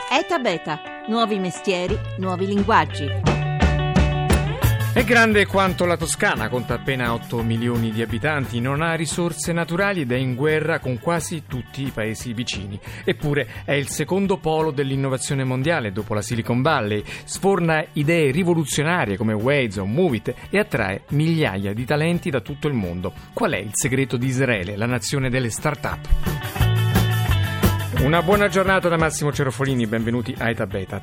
ETA Beta, nuovi mestieri, nuovi linguaggi. È grande quanto la Toscana, conta appena 8 milioni di abitanti, non ha risorse naturali ed è in guerra con quasi tutti i paesi vicini. Eppure è il secondo polo dell'innovazione mondiale dopo la Silicon Valley, sforna idee rivoluzionarie come Waze o Movit e attrae migliaia di talenti da tutto il mondo. Qual è il segreto di Israele, la nazione delle start-up? Una buona giornata da Massimo Cerofolini, benvenuti a ETA Beta.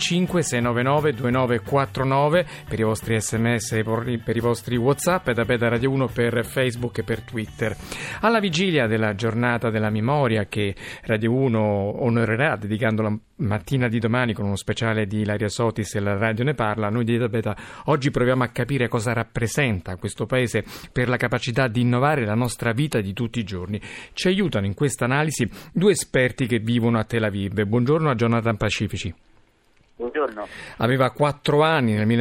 335-699-2949 per i vostri sms e per i vostri WhatsApp, ETA Beta Radio 1 per Facebook e per Twitter. Alla vigilia della giornata della memoria che Radio 1 onorerà dedicando la mattina di domani con uno speciale di Ilaria Sotis e la Radio ne parla, noi di ETA Beta oggi proviamo a capire cosa rappresenta questo paese per la capacità di innovare la nostra vita di tutti i giorni. Ci aiutano in questa analisi due esperti che vivono a Tel Aviv. Buongiorno a Jonathan Pacifici. Buongiorno. Aveva 4 anni nel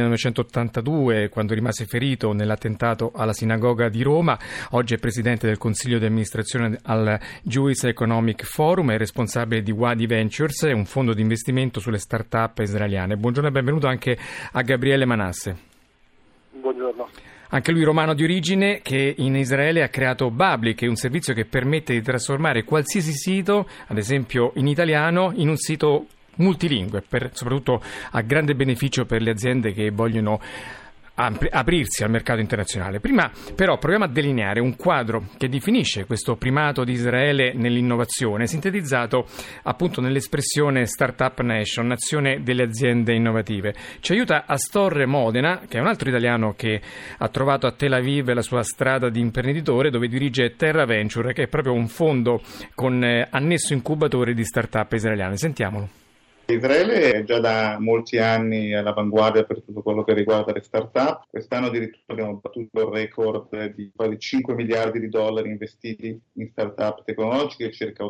1982 quando rimase ferito nell'attentato alla sinagoga di Roma. Oggi è presidente del consiglio di amministrazione al Jewish Economic Forum e responsabile di Wadi Ventures, un fondo di investimento sulle start-up israeliane. Buongiorno e benvenuto anche a Gabriele Manasse. Buongiorno. Anche lui romano di origine, che in Israele ha creato Babli, che è un servizio che permette di trasformare qualsiasi sito, ad esempio in italiano, in un sito multilingue, soprattutto a grande beneficio per le aziende che vogliono aprirsi al mercato internazionale. Prima però proviamo a delineare un quadro che definisce questo primato di Israele nell'innovazione, sintetizzato appunto nell'espressione Startup Nation, nazione delle aziende innovative. Ci aiuta Astor Modena, che è un altro italiano che ha trovato a Tel Aviv la sua strada di imprenditore, dove dirige Terra Venture, che è proprio un fondo con annesso incubatore di startup israeliane. Sentiamolo. Israele è già da molti anni all'avanguardia per tutto quello che riguarda le start-up. Quest'anno addirittura abbiamo battuto il record di quasi 5 miliardi di dollari investiti in start-up tecnologiche e circa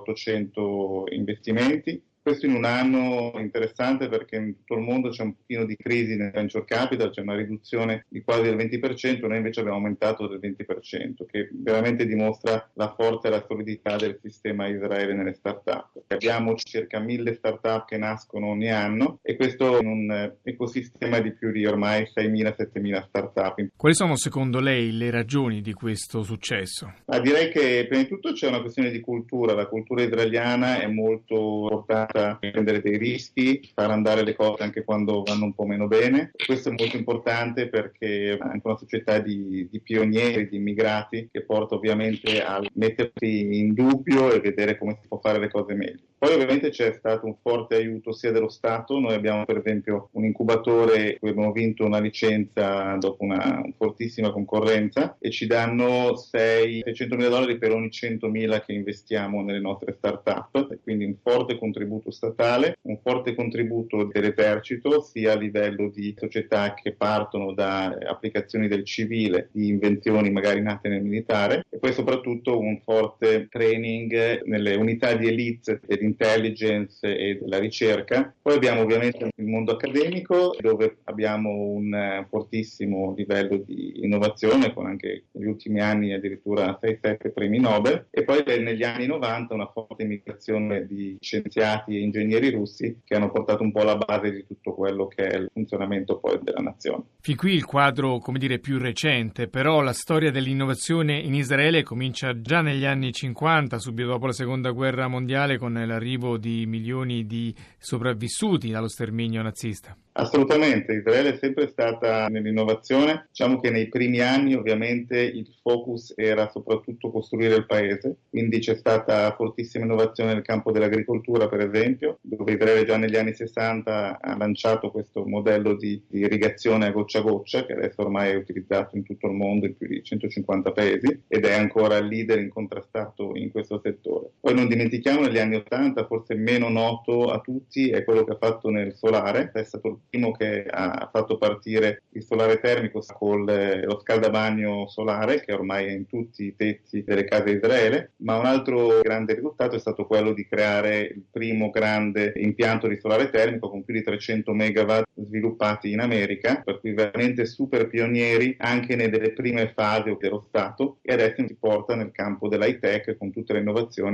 800 investimenti. Questo in un anno interessante perché in tutto il mondo c'è un pochino di crisi nel venture capital, c'è una riduzione di quasi del 20%, noi invece abbiamo aumentato del 20%, che veramente dimostra la forza e la solidità del sistema Israele nelle start-up. Abbiamo circa 1000 start-up che nascono ogni anno e questo in un ecosistema di più di ormai 6.000-7.000 start-up. Quali sono secondo lei le ragioni di questo successo? Direi che prima di tutto c'è una questione di cultura, la cultura israeliana è molto importante a prendere dei rischi, far andare le cose anche quando vanno un po' meno bene. Questo è molto importante perché è anche una società di pionieri, di immigrati, che porta ovviamente a mettersi in dubbio e vedere come si può fare le cose meglio. Poi ovviamente c'è stato un forte aiuto sia dello Stato, noi abbiamo per esempio un incubatore cui abbiamo vinto una licenza dopo una fortissima concorrenza e ci danno $600.000 per ogni 100.000 che investiamo nelle nostre start-up, e quindi un forte contributo statale, un forte contributo dell'esercito sia a livello di società che partono da applicazioni del civile, di invenzioni magari nate nel militare e poi soprattutto un forte training nelle unità di elite dell'intelligence e della ricerca. Poi abbiamo ovviamente il mondo accademico dove abbiamo un fortissimo livello di innovazione con anche negli ultimi anni addirittura 6-7 premi Nobel e poi negli anni 90 una forte immigrazione di scienziati e ingegneri russi che hanno portato un po' alla base di tutto quello che è il funzionamento poi della nazione. Fin qui il quadro, come dire, più recente, però la storia dell'innovazione in Israele comincia già negli anni 50, subito dopo la seconda guerra mondiale, con l'arrivo di milioni di sopravvissuti allo sterminio nazista. Assolutamente, Israele è sempre stata nell'innovazione, diciamo che nei primi anni ovviamente il focus era soprattutto costruire il paese, quindi c'è stata fortissima innovazione nel campo dell'agricoltura per esempio, dove Israele già negli anni 60 ha lanciato questo modello di irrigazione a goccia, che adesso ormai è utilizzato in tutto il mondo in più di 150 paesi ed è ancora il leader incontrastato in questo settore. Poi non dimentichiamo negli anni 80, forse meno noto a tutti, è quello che ha fatto nel solare, è stato il primo che ha fatto partire il solare termico con lo scaldabagno solare che ormai è in tutti i tetti delle case di Israele, ma un altro grande risultato è stato quello di creare il primo grande impianto di solare termico con più di 300 megawatt sviluppati in America, per cui veramente super pionieri anche nelle prime fasi dello Stato e adesso si porta nel campo dell'high tech con tutte le innovazioni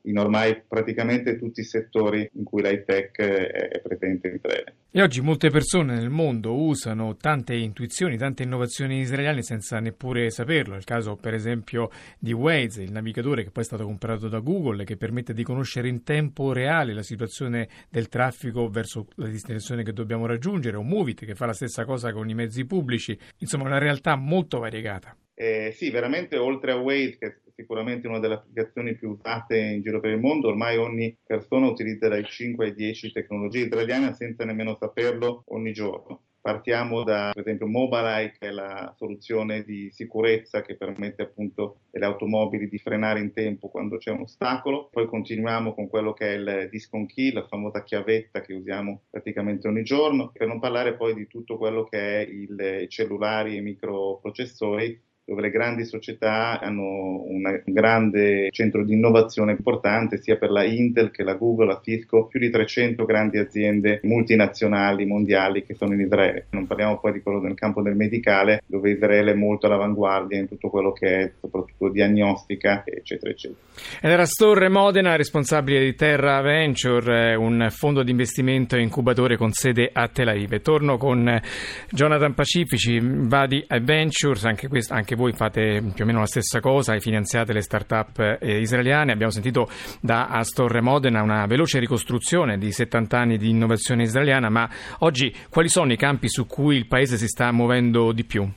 in ormai praticamente tutti i settori in cui l'high tech è presente in Israele. E oggi molte persone nel mondo usano tante intuizioni, tante innovazioni israeliane senza neppure saperlo. È il caso per esempio di Waze, il navigatore che poi è stato comprato da Google, che permette di conoscere in tempo reale la situazione del traffico verso la destinazione che dobbiamo raggiungere, o Movit che fa la stessa cosa con i mezzi pubblici. Insomma, una realtà molto variegata. Sì, veramente oltre a Waze, che è sicuramente una delle applicazioni più usate in giro per il mondo, ormai ogni persona utilizza dai 5 ai 10 tecnologie israeliane senza nemmeno saperlo ogni giorno. Partiamo da, per esempio, Mobileye, che è la soluzione di sicurezza che permette appunto alle automobili di frenare in tempo quando c'è un ostacolo. Poi continuiamo con quello che è il Disk on Key, la famosa chiavetta che usiamo praticamente ogni giorno, per non parlare poi di tutto quello che è i cellulari e i microprocessori, dove le grandi società hanno un grande centro di innovazione importante sia per la Intel che la Google, la Cisco, più di 300 grandi aziende multinazionali mondiali che sono in Israele. Non parliamo poi di quello nel campo del medicale, dove Israele è molto all'avanguardia in tutto quello che è soprattutto diagnostica, eccetera, eccetera. Ed era Astorre Modena, responsabile di Terra Venture, un fondo di investimento e incubatore con sede a Tel Aviv. Torno con Jonathan Pacifici, Vadi Ventures, anche voi fate più o meno la stessa cosa e finanziate le start-up israeliane. Abbiamo sentito da Astorre Modena una veloce ricostruzione di 70 anni di innovazione israeliana, ma oggi quali sono i campi su cui il paese si sta muovendo di più?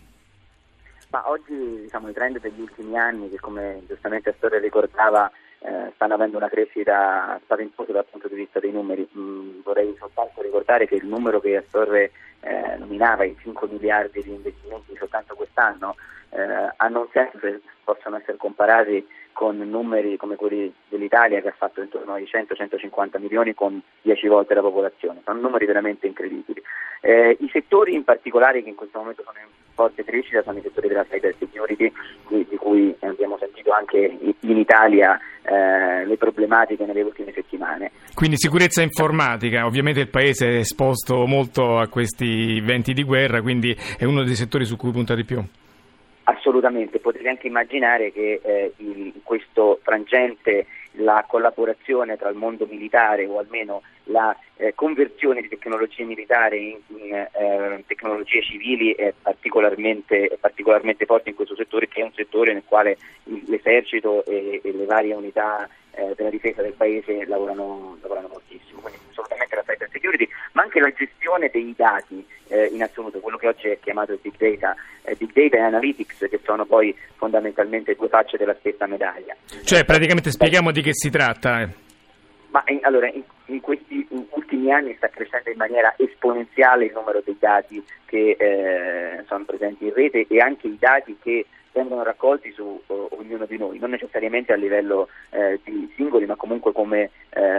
Ma oggi i trend degli ultimi anni, che come giustamente Astorre ricordava, stanno avendo una crescita spaventosa dal punto di vista dei numeri. Vorrei soltanto ricordare che il numero che Astorre nominava, i 5 miliardi di investimenti soltanto quest'anno, non sempre possono essere comparati con numeri come quelli dell'Italia, che ha fatto intorno ai 100-150 milioni con 10 volte la popolazione. Sono numeri veramente incredibili. I settori in particolare che in questo momento sono in forte crescita sono i settori della cyber security, di cui abbiamo sentito anche in Italia le problematiche nelle ultime settimane. Quindi sicurezza informatica, ovviamente il paese è esposto molto a questi venti di guerra, quindi è uno dei settori su cui punta di più. Assolutamente, potete anche immaginare che in questo frangente la collaborazione tra il mondo militare, o almeno la conversione di tecnologie militari in tecnologie civili è particolarmente forte in questo settore, che è un settore nel quale l'esercito e le varie unità della difesa del paese lavorano moltissimo. Quindi assolutamente la cyber security, ma anche la gestione dei dati in assoluto, quello che oggi è chiamato il big data e analytics, che sono poi fondamentalmente due facce della stessa medaglia. Cioè praticamente spieghiamo di che si tratta. Ma in questi ultimi anni sta crescendo in maniera esponenziale il numero dei dati che sono presenti in rete, e anche i dati che vengono raccolti su ognuno di noi, non necessariamente a livello di singoli, ma comunque come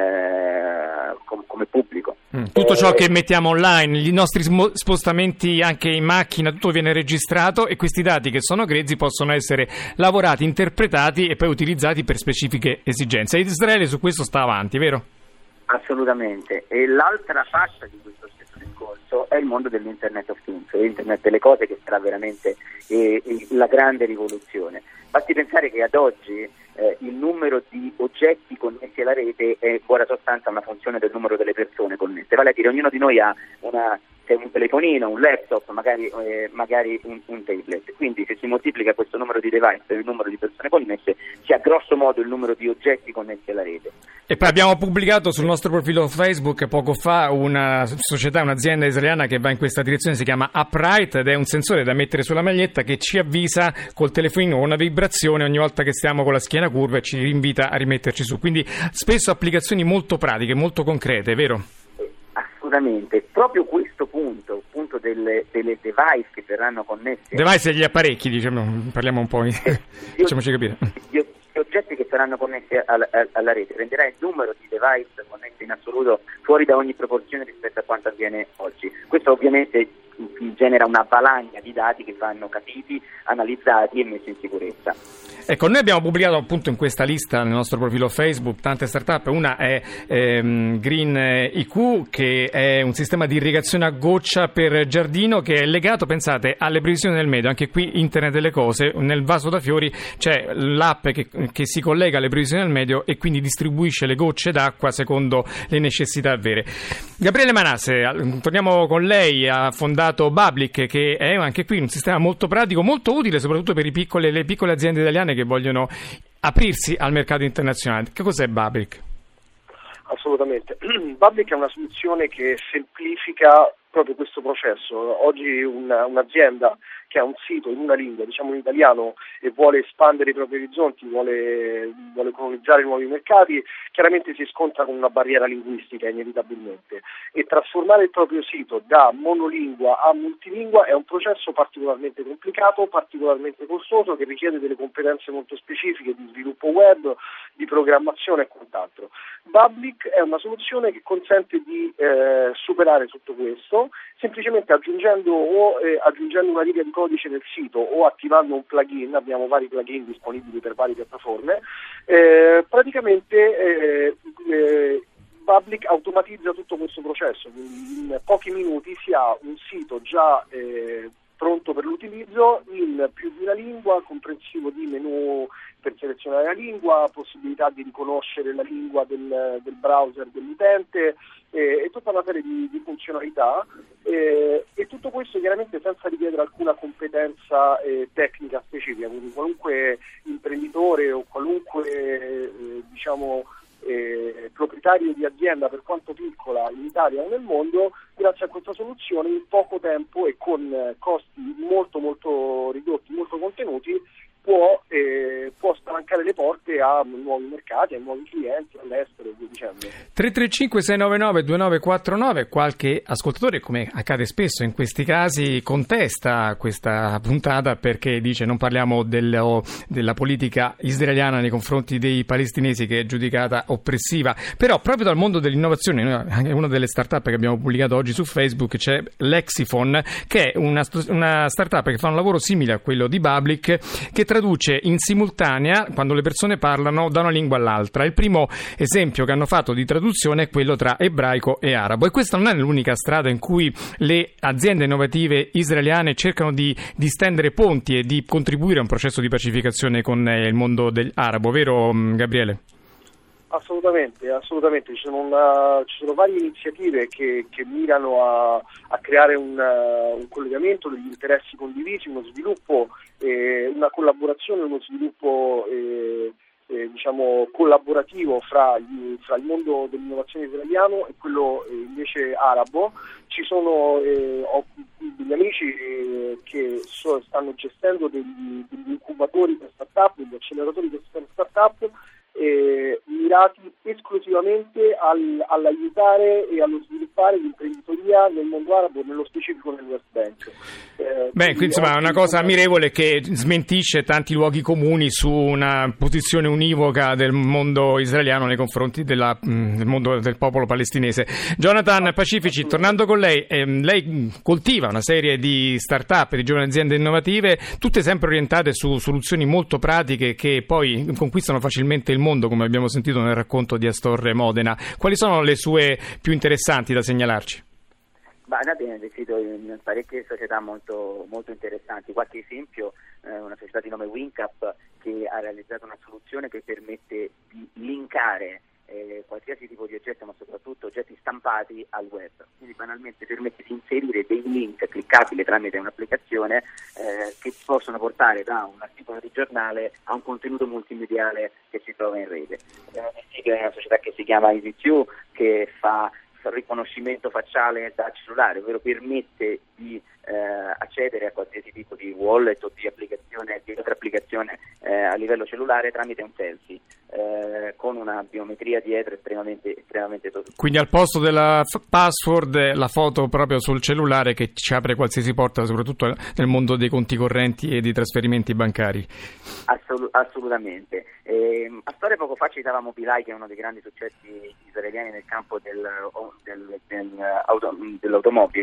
pubblico. Tutto ciò che mettiamo online, i nostri spostamenti anche in macchina, tutto viene registrato, e questi dati che sono grezzi possono essere lavorati, interpretati e poi utilizzati per specifiche esigenze. Israele su questo sta avanti, vero? Assolutamente. E l'altra faccia di questo stesso discorso è il mondo dell'Internet of Things, l'Internet delle cose, che sarà veramente la grande rivoluzione. Basti pensare che ad oggi il numero di oggetti connessi alla rete è in buona sostanza una funzione del numero delle persone connesse, vale a dire ognuno di noi ha un telefonino, un laptop, magari un tablet. Quindi se si moltiplica questo numero di device per il numero di persone connesse, si ha grosso modo il numero di oggetti connessi alla rete. E poi abbiamo pubblicato sul nostro profilo Facebook poco fa una società, un'azienda israeliana che va in questa direzione, si chiama Upright, ed è un sensore da mettere sulla maglietta che ci avvisa col telefonino una vibrazione ogni volta che stiamo con la schiena curva e ci invita a rimetterci su. Quindi spesso applicazioni molto pratiche, molto concrete, vero? Assolutamente. Proprio questo punto delle device che verranno connesse. Device e gli apparecchi, diciamo, parliamo un po', facciamoci capire. Gli oggetti che saranno connessi alla rete renderà il numero di device connessi in assoluto fuori da ogni proporzione rispetto a quanto avviene oggi. Questo ovviamente genera una valanga di dati che vanno capiti, analizzati e messi in sicurezza. Ecco, noi abbiamo pubblicato appunto in questa lista nel nostro profilo Facebook tante startup. Una è Green IQ, che è un sistema di irrigazione a goccia per giardino che è legato, pensate, alle previsioni del meteo. Anche qui Internet delle cose, nel vaso da fiori c'è l'app che si collega alle previsioni del meteo e quindi distribuisce le gocce d'acqua secondo le necessità vere. Gabriele Manasse, torniamo con lei. Ha fondato Bablic, che è anche qui un sistema molto pratico, molto utile soprattutto per le piccole aziende italiane che vogliono aprirsi al mercato internazionale. Che cos'è Bablic? Assolutamente. Bablic è una soluzione che semplifica proprio questo processo. Oggi un'azienda che ha un sito in una lingua, diciamo in italiano, e vuole espandere i propri orizzonti, vuole colonizzare nuovi mercati, chiaramente si scontra con una barriera linguistica inevitabilmente, e trasformare il proprio sito da monolingua a multilingua è un processo particolarmente complicato, particolarmente costoso, che richiede delle competenze molto specifiche di sviluppo web, di programmazione e quant'altro. Bablic è una soluzione che consente di superare tutto questo semplicemente aggiungendo una riga di codice nel sito o attivando un plugin. Abbiamo vari plugin disponibili per varie piattaforme. Bablic automatizza tutto questo processo, quindi in pochi minuti si ha un sito già pronto per l'utilizzo in più di una lingua, comprensivo di menu per selezionare la lingua, possibilità di riconoscere la lingua del browser dell'utente e tutta una serie di funzionalità, e tutto questo chiaramente senza richiedere alcuna competenza tecnica specifica, quindi qualunque imprenditore o qualunque proprietario di azienda, per quanto piccola, in Italia o nel mondo, grazie a questa soluzione in poco tempo e con costi molto molto ridotti, molto contenuti, può spalancare le porte a nuovi mercati, a nuovi clienti all'estero e via dicendo. 335-699-2949. Qualche ascoltatore, come accade spesso in questi casi, contesta questa puntata perché dice non parliamo della politica israeliana nei confronti dei palestinesi, che è giudicata oppressiva. Però proprio dal mondo dell'innovazione, una delle startup che abbiamo pubblicato oggi su Facebook, c'è Lexifon, che è una startup che fa un lavoro simile a quello di Bablic, che traduce in simultanea quando le persone parlano da una lingua all'altra. Il primo esempio che hanno fatto di traduzione è quello tra ebraico e arabo, e questa non è l'unica strada in cui le aziende innovative israeliane cercano di stendere ponti e di contribuire a un processo di pacificazione con il mondo arabo, vero Gabriele? Assolutamente, ci sono varie iniziative che mirano a creare un collegamento degli interessi condivisi, uno sviluppo, una collaborazione, uno sviluppo collaborativo fra il mondo dell'innovazione israeliano e quello invece arabo. Ci sono degli amici che stanno gestendo degli incubatori per startup, degli acceleratori per startup, mirati esclusivamente all'aiutare e allo sviluppare l'imprenditoria nel mondo arabo, nello specifico nel West Bank. Insomma, è una cosa ammirevole che smentisce tanti luoghi comuni su una posizione univoca del mondo israeliano nei confronti del mondo del popolo palestinese. Jonathan Pacifici, tornando con lei, lei coltiva una serie di start-up, di giovani aziende innovative, tutte sempre orientate su soluzioni molto pratiche che poi conquistano facilmente il mondo, come abbiamo sentito nel racconto di Astorre Modena. Quali sono le sue più interessanti da segnalarci? Noi abbiamo investito in parecchie società molto, molto interessanti. Qualche esempio, una società di nome WinCap, che ha realizzato una soluzione che permette di linkare qualsiasi tipo di oggetto, ma soprattutto oggetti stampati al web. Quindi banalmente permette di inserire dei link cliccabili tramite un'applicazione che possono portare da un articolo di giornale a un contenuto multimediale che si trova in rete. È una società che si chiama EasyQ, che fa riconoscimento facciale da cellulare, ovvero permette di accedere a qualsiasi tipo di wallet o di altra applicazione a livello cellulare tramite un selfie, con una biometria dietro estremamente totale. Quindi al posto della password, la foto proprio sul cellulare, che ci apre qualsiasi porta, soprattutto nel mondo dei conti correnti e dei trasferimenti bancari. Assolutamente. A storia poco fa citava Mobileye, che è uno dei grandi successi israeliani nel campo dell'automobile,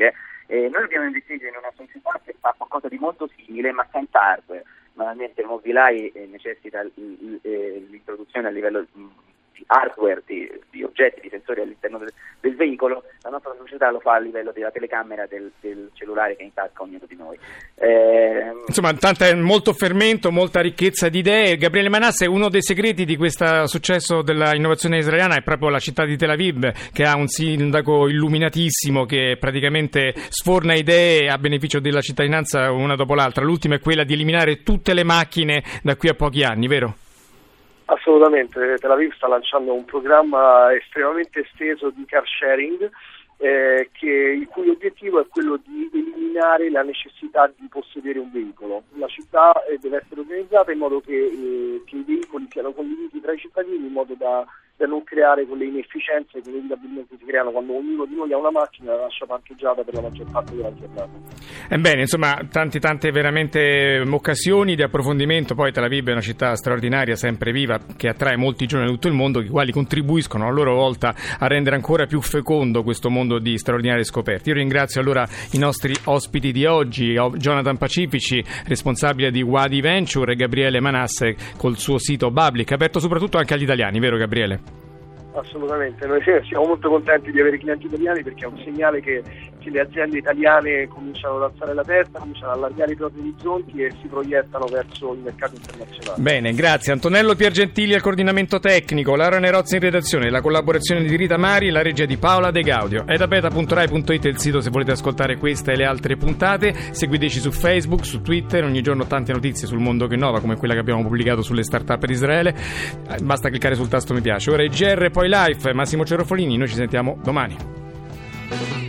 Noi abbiamo investito in una società che fa qualcosa di molto simile ma senza hardware. Normalmente il Mobileye necessita l'introduzione a livello di hardware, di oggetti, di sensori all'interno del veicolo. La nostra società lo fa a livello della telecamera del cellulare che è in tasca ognuno di noi. Insomma, molto fermento, molta ricchezza di idee. Gabriele Manasse, uno dei segreti di questo successo della innovazione israeliana è proprio la città di Tel Aviv, che ha un sindaco illuminatissimo che praticamente sforna idee a beneficio della cittadinanza una dopo l'altra. L'ultima è quella di eliminare tutte le macchine da qui a pochi anni, vero? Assolutamente, Tel Aviv sta lanciando un programma estremamente esteso di car sharing il cui obiettivo è quello di eliminare la necessità di possedere un veicolo. La città deve essere organizzata in modo che i veicoli siano condivisi tra i cittadini, in modo da non creare quelle inefficienze che inevitabilmente si creano quando ognuno di noi ha una macchina e la lascia parcheggiata per la maggior parte della giornata. Ebbene, insomma, tante veramente occasioni di approfondimento. Poi Tel Aviv è una città straordinaria, sempre viva, che attrae molti giovani da tutto il mondo, i quali contribuiscono a loro volta a rendere ancora più fecondo questo mondo di straordinarie scoperte. Io ringrazio allora i nostri ospiti di oggi, Jonathan Pacifici, responsabile di Wadi Venture, e Gabriele Manasse col suo sito Bablic, aperto soprattutto anche agli italiani, vero Gabriele? Assolutamente, noi siamo molto contenti di avere clienti italiani, perché è un segnale che le aziende italiane cominciano ad alzare la testa, cominciano ad allargare i propri orizzonti e si proiettano verso il mercato internazionale. Bene, grazie. Antonello Piergentili al coordinamento tecnico, Laura Nerozzi in redazione, la collaborazione di Rita Mari, la regia di Paola De Gaudio. Edapeta.rai.it è il sito se volete ascoltare questa e le altre puntate. Seguiteci su Facebook, su Twitter, ogni giorno tante notizie sul mondo che innova, come quella che abbiamo pubblicato sulle start-up di Israele. Basta cliccare sul tasto mi piace. Ora è GR, poi Life, Massimo Cerofolini, noi ci sentiamo domani.